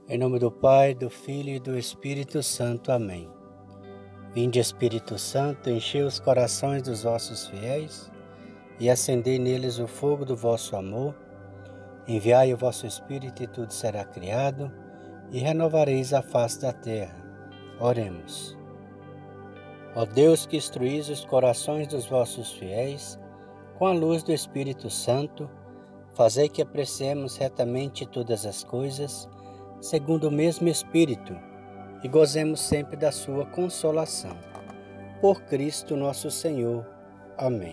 Em nome do Pai, do Filho e do Espírito Santo. Amém. Vinde, Espírito Santo, enchei os corações dos vossos fiéis e acendei neles o fogo do vosso amor. Enviai o vosso Espírito e tudo será criado e renovareis a face da terra. Oremos. Ó Deus, que instruís os corações dos vossos fiéis com a luz do Espírito Santo, fazei que apreciemos retamente todas as coisas, segundo o mesmo Espírito, e gozemos sempre da sua consolação. Por Cristo nosso Senhor. Amém.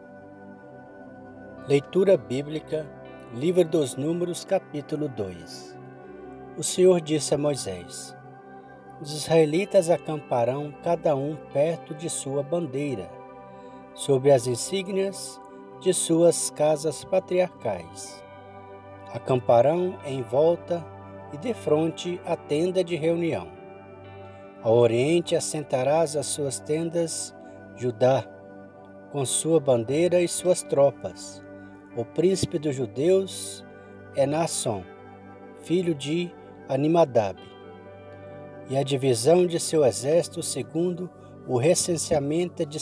Leitura bíblica, Livro dos Números, capítulo 2. O Senhor disse a Moisés: os israelitas acamparão cada um perto de sua bandeira, sobre as insígnias de suas casas patriarcais. Acamparão em volta e defronte à tenda de reunião. Ao oriente assentarás as suas tendas, Judá, com sua bandeira e suas tropas. O príncipe dos judeus é Naasson, filho de Aminadab, e a divisão de seu exército, segundo o recenseamento, é de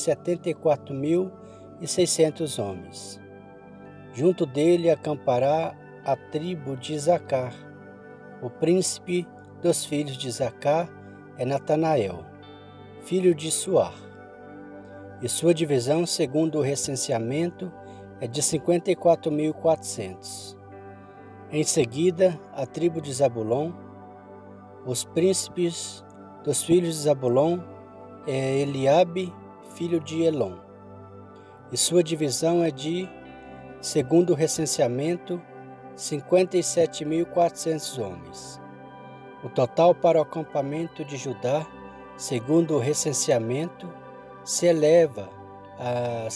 74.600 homens. Junto dele acampará a tribo de Isacar. O príncipe dos filhos de Isacar é Natanael, filho de Suar, e sua divisão, segundo o recenseamento, é de 54.400. Em seguida, a tribo de Zabulon. Os príncipes dos filhos de Zabulon é Eliabe, filho de Elon, e sua divisão é de, segundo o recenseamento, 57.400 homens. O total para o acampamento de Judá, segundo o recenseamento, se eleva a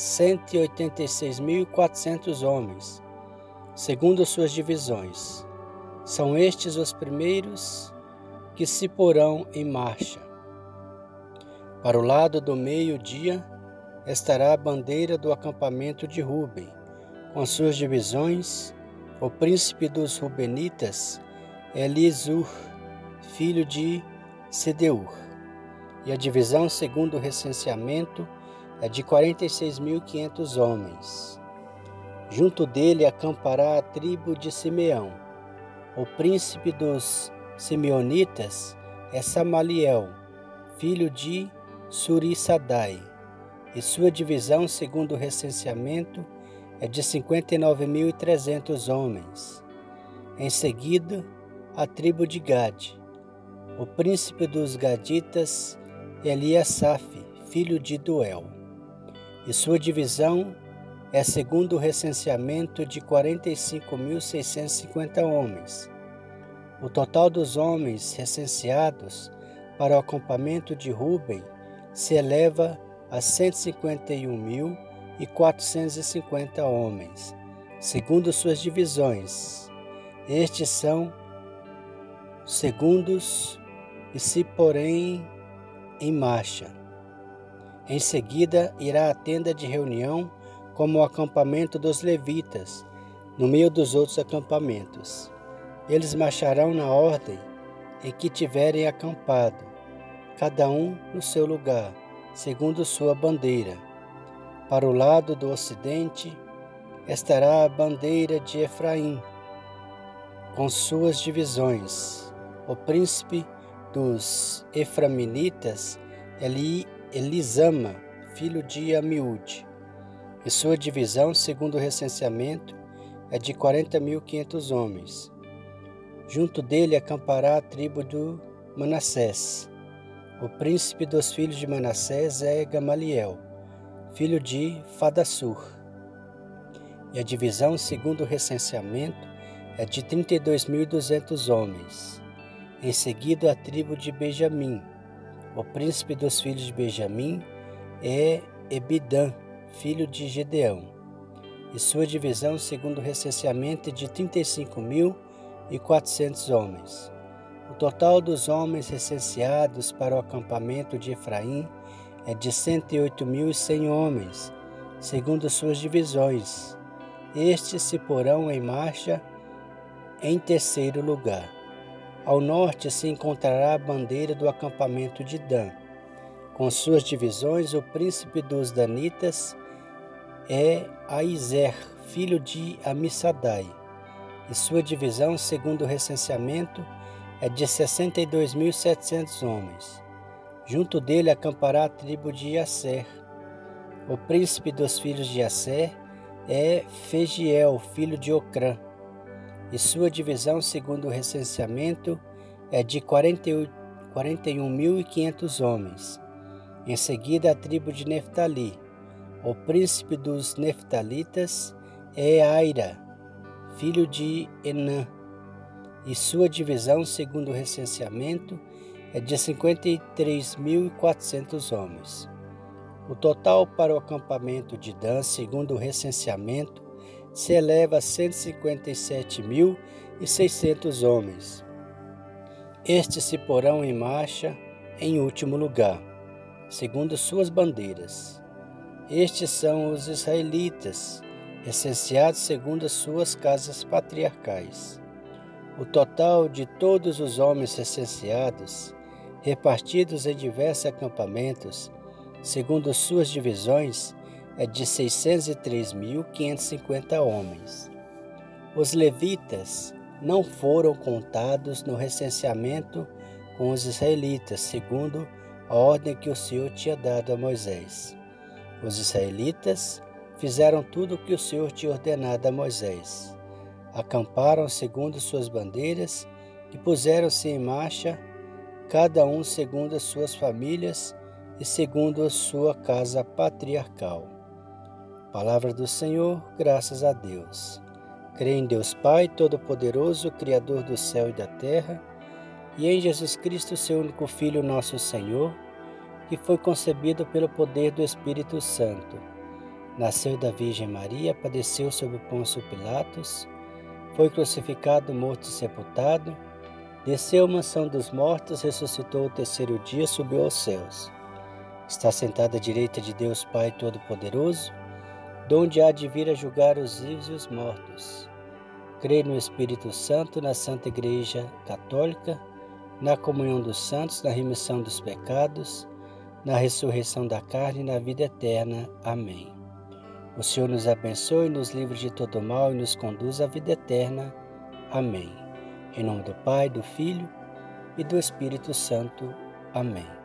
186.400 homens, segundo suas divisões. São estes os primeiros que se porão em marcha. Para o lado do meio-dia estará a bandeira do acampamento de Ruben, com suas divisões. O príncipe dos Rubenitas é Elisur, filho de Sedeur, e a divisão, segundo o recenseamento, é de 46.500 homens. Junto dele acampará a tribo de Simeão. O príncipe dos Simeonitas é Samaliel, filho de Surissadai, e sua divisão, segundo o recenseamento, é de 59.300 homens. Em seguida, a tribo de Gade. O príncipe dos Gaditas é Eliasaf, filho de Duel, e sua divisão é, segundo o recenseamento, de 45.650 homens. O total dos homens recenseados para o acampamento de Ruben se eleva a 151.450 homens, segundo suas divisões. Estes são segundos e se porém em marcha. Em seguida irá a tenda de reunião como o acampamento dos levitas, no meio dos outros acampamentos. Eles marcharão na ordem em que tiverem acampado, cada um no seu lugar, segundo sua bandeira. Para o lado do ocidente estará a bandeira de Efraim, com suas divisões. O príncipe dos Efraimitas é Elisama, filho de Amiúde, e sua divisão, segundo o recenseamento, é de 40.500 homens. Junto dele acampará a tribo do Manassés. O príncipe dos filhos de Manassés é Gamaliel, filho de Fadassur, e a divisão, segundo o recenseamento, é de 32.200 homens. Em seguida, a tribo de Benjamim. O príncipe dos filhos de Benjamim é Ebidã, filho de Gedeão, e sua divisão, segundo o recenseamento, é de 35.400 homens. O total dos homens recenseados para o acampamento de Efraim é de 108.100 homens, segundo suas divisões. Estes se porão em marcha em terceiro lugar. Ao norte se encontrará a bandeira do acampamento de Dan. Com suas divisões, o príncipe dos Danitas é Aizer, filho de Amissadai, e sua divisão, segundo o recenseamento, é de 62.700 homens. Junto dele acampará a tribo de Asser. O príncipe dos filhos de Asser é Fegiel, filho de Ocrã, e sua divisão, segundo o recenseamento, é de 41.500 homens. Em seguida, a tribo de Neftali. O príncipe dos Neftalitas é Aira, filho de Enã, e sua divisão, segundo o recenseamento, é de 53.400 homens. O total para o acampamento de Dan, segundo o recenseamento, se eleva a 157.600 homens. Estes se porão em marcha em último lugar, segundo suas bandeiras. Estes são os israelitas, recenseados segundo as suas casas patriarcais. O total de todos os homens recenseados, repartidos em diversos acampamentos, segundo suas divisões, é de 603.550 homens. Os levitas não foram contados no recenseamento com os israelitas, segundo a ordem que o Senhor tinha dado a Moisés. Os israelitas fizeram tudo o que o Senhor tinha ordenado a Moisés. Acamparam segundo suas bandeiras e puseram-se em marcha, cada um segundo as suas famílias e segundo a sua casa patriarcal. Palavra do Senhor, graças a Deus. Creio em Deus Pai Todo-Poderoso, Criador do céu e da terra, e em Jesus Cristo, seu único Filho, nosso Senhor, que foi concebido pelo poder do Espírito Santo. Nasceu da Virgem Maria, padeceu sob Pôncio Pilatos, foi crucificado, morto e sepultado, desceu à mansão dos mortos, ressuscitou o terceiro dia, subiu aos céus. Está sentado à direita de Deus Pai Todo-Poderoso, donde há de vir a julgar os vivos e os mortos. Creio no Espírito Santo, na Santa Igreja Católica, na comunhão dos santos, na remissão dos pecados, na ressurreição da carne e na vida eterna. Amém. O Senhor nos abençoe, nos livre de todo mal e nos conduz à vida eterna. Amém. Em nome do Pai, do Filho e do Espírito Santo. Amém.